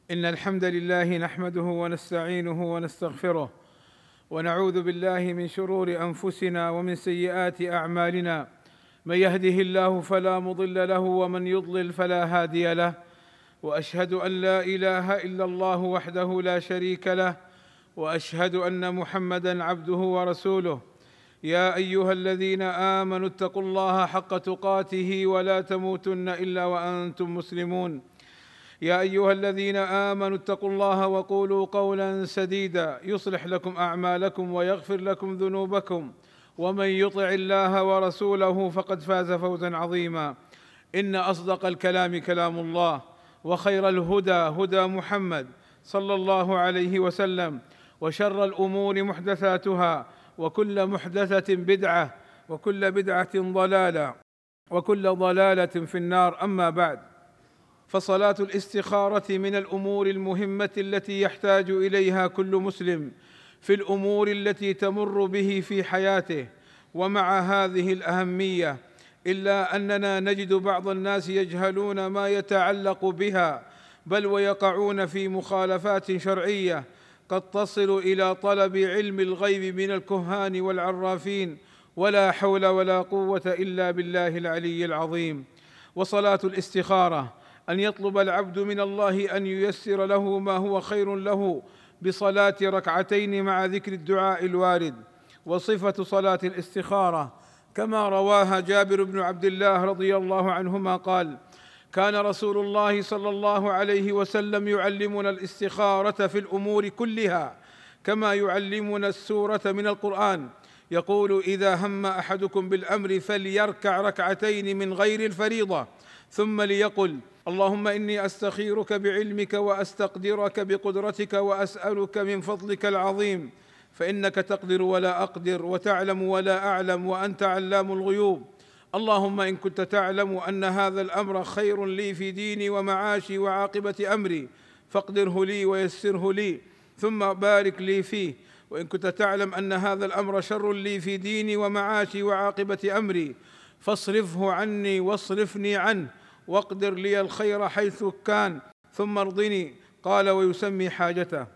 إن الحمد لله نحمده ونستعينه ونستغفره، ونعوذ بالله من شرور أنفسنا ومن سيئات أعمالنا. من يهده الله فلا مضل له، ومن يضلل فلا هادي له. وأشهد أن لا إله إلا الله وحده لا شريك له، وأشهد أن محمدًا عبده ورسوله. يا أيها الذين آمنوا اتقوا الله حق تقاته ولا تموتن إلا وأنتم مسلمون. يا أيها الذين آمنوا اتقوا الله وقولوا قولا سديدا يصلح لكم أعمالكم ويغفر لكم ذنوبكم، ومن يطع الله ورسوله فقد فاز فوزا عظيما. إن أصدق الكلام كلام الله، وخير الهدى هدى محمد صلى الله عليه وسلم، وشر الأمور محدثاتها، وكل محدثة بدعة، وكل بدعة ضلالة، وكل ضلالة في النار. أما بعد، فصلاة الاستخارة من الأمور المهمة التي يحتاج إليها كل مسلم في الأمور التي تمر به في حياته. ومع هذه الأهمية، إلا أننا نجد بعض الناس يجهلون ما يتعلق بها، بل ويقعون في مخالفات شرعية قد تصل إلى طلب علم الغيب من الكهان والعرافين، ولا حول ولا قوة إلا بالله العلي العظيم. وصلاة الاستخارة أن يطلب العبد من الله أن ييسر له ما هو خير له بصلاة ركعتين مع ذكر الدعاء الوارد. وصفة صلاة الاستخارة كما رواها جابر بن عبد الله رضي الله عنهما قال: كان رسول الله صلى الله عليه وسلم يعلمنا الاستخارة في الأمور كلها كما يعلمنا السورة من القرآن. يقول: إذا هم أحدكم بالأمر فليركع ركعتين من غير الفريضة، ثم ليقل: اللهم إني أستخيرك بعلمك وأستقدرك بقدرتك وأسألك من فضلك العظيم، فإنك تقدر ولا أقدر، وتعلم ولا أعلم، وأنت علام الغيوب. اللهم إن كنت تعلم أن هذا الأمر خير لي في ديني ومعاشي وعاقبة أمري فاقدره لي ويسره لي، ثم بارك لي فيه. وإن كنت تعلم أن هذا الأمر شر لي في ديني ومعاشي وعاقبة أمري فاصرفه عني واصرفني عنه، واقدر لي الخير حيث كان، ثم ارضني. قال: ويسمي حاجته.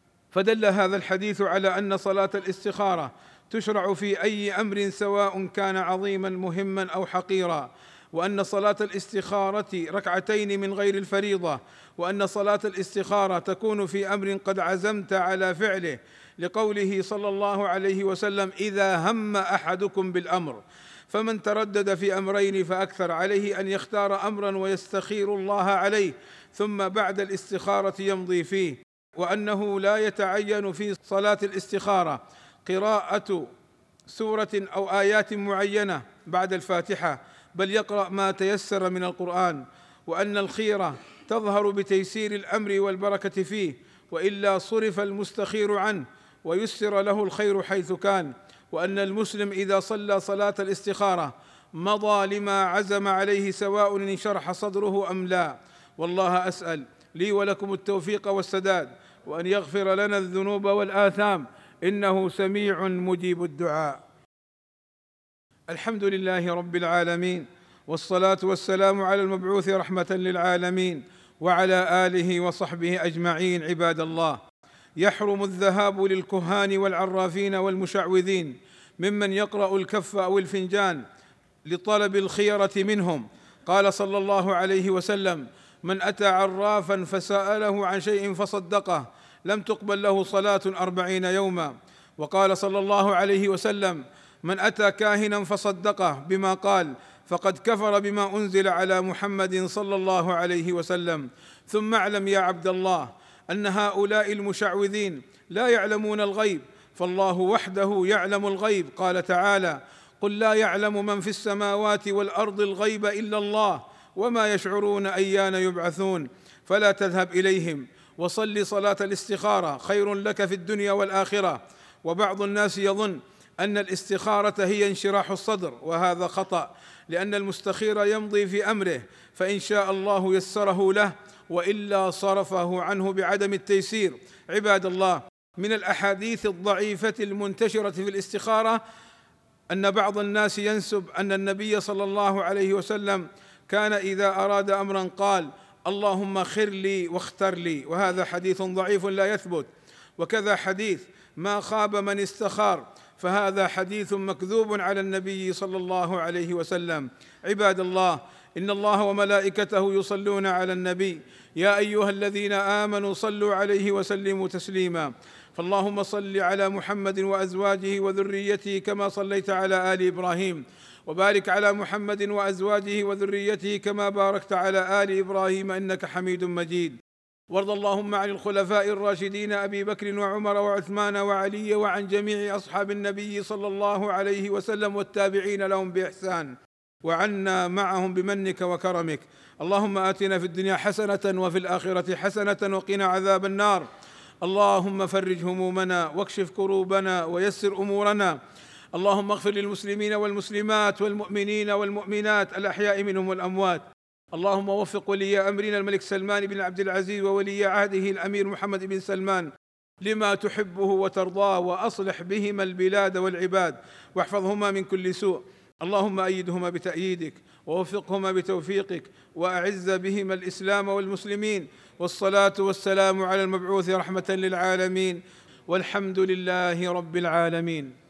فدل هذا الحديث على أن صلاة الاستخارة تشرع في أي أمر سواء كان عظيما مهما أو حقيرا، وأن صلاة الاستخارة ركعتين من غير الفريضة، وأن صلاة الاستخارة تكون في أمر قد عزمت على فعله، لقوله صلى الله عليه وسلم: إذا هم أحدكم بالأمر. فمن تردد في أمرين فأكثر عليه أن يختار أمرا ويستخير الله عليه، ثم بعد الاستخارة يمضي فيه. وأنه لا يتعين في صلاة الاستخارة قراءة سورة أو آيات معينة بعد الفاتحة، بل يقرأ ما تيسر من القرآن. وأن الخيرة تظهر بتيسير الأمر والبركة فيه، وإلا صرف المستخير عنه ويسر له الخير حيث كان. وأن المسلم إذا صلى صلاة الاستخارة مضى لما عزم عليه، سواء انشرح صدره أم لا. والله أسأل لي ولكم التوفيق والسداد، وأن يغفر لنا الذنوب والآثام، إنه سميع مجيب الدعاء. الحمد لله رب العالمين، والصلاة والسلام على المبعوث رحمة للعالمين، وعلى آله وصحبه أجمعين. عباد الله، يحرم الذهاب للكهان والعرافين والمشعوذين ممن يقرأ الكف أو الفنجان لطلب الخيرة منهم. قال صلى الله عليه وسلم: من أتى عرافا فسأله عن شيء فصدقه لم تقبل له صلاة 40 يوما. وقال صلى الله عليه وسلم: من أتى كاهنا فصدقه بما قال فقد كفر بما أنزل على محمد صلى الله عليه وسلم. ثم اعلم يا عبد الله أن هؤلاء المشعوذين لا يعلمون الغيب، فالله وحده يعلم الغيب. قال تعالى: قل لا يعلم من في السماوات والأرض الغيب إلا الله وما يشعرون أيان يبعثون. فلا تذهب إليهم، وصل صلاة الاستخارة خير لك في الدنيا والآخرة. وبعض الناس يظن أن الاستخارة هي انشراح الصدر، وهذا خطأ، لأن المستخير يمضي في أمره، فإن شاء الله يسره له، وإلا صرفه عنه بعدم التيسير. عباد الله، من الأحاديث الضعيفة المنتشرة في الاستخارة أن بعض الناس ينسب أن النبي صلى الله عليه وسلم كان إذا أراد أمرا قال: اللهم خر لي واختر لي، وهذا حديث ضعيف لا يثبت. وكذا حديث ما خاب من استخار، فهذا حديث مكذوب على النبي صلى الله عليه وسلم. عباد الله، إن الله وملائكته يصلون على النبي، يا أيها الذين آمنوا صلوا عليه وسلموا تسليما. فاللهم صل على محمد وأزواجه وذريته كما صليت على آل إبراهيم، وبارك على محمد وأزواجه وذريته كما باركت على آل إبراهيم إنك حميد مجيد. وارض اللهم عن الخلفاء الراشدين أبي بكر وعمر وعثمان وعلي، وعن جميع أصحاب النبي صلى الله عليه وسلم والتابعين لهم بإحسان، وعنا معهم بمنك وكرمك. اللهم آتنا في الدنيا حسنة وفي الآخرة حسنة وقنا عذاب النار. اللهم فرج همومنا واكشف كروبنا ويسر أمورنا. اللهم اغفر للمسلمين والمسلمات والمؤمنين والمؤمنات الأحياء منهم والأموات. اللهم وفق ولي أمرنا الملك سلمان بن عبد العزيز وولي عهده الأمير محمد بن سلمان لما تحبه وترضاه، وأصلح بهما البلاد والعباد، واحفظهما من كل سوء. اللهم أيدهما بتأييدك، ووفقهما بتوفيقك، وأعز بهما الإسلام والمسلمين. والصلاة والسلام على المبعوث رحمة للعالمين، والحمد لله رب العالمين.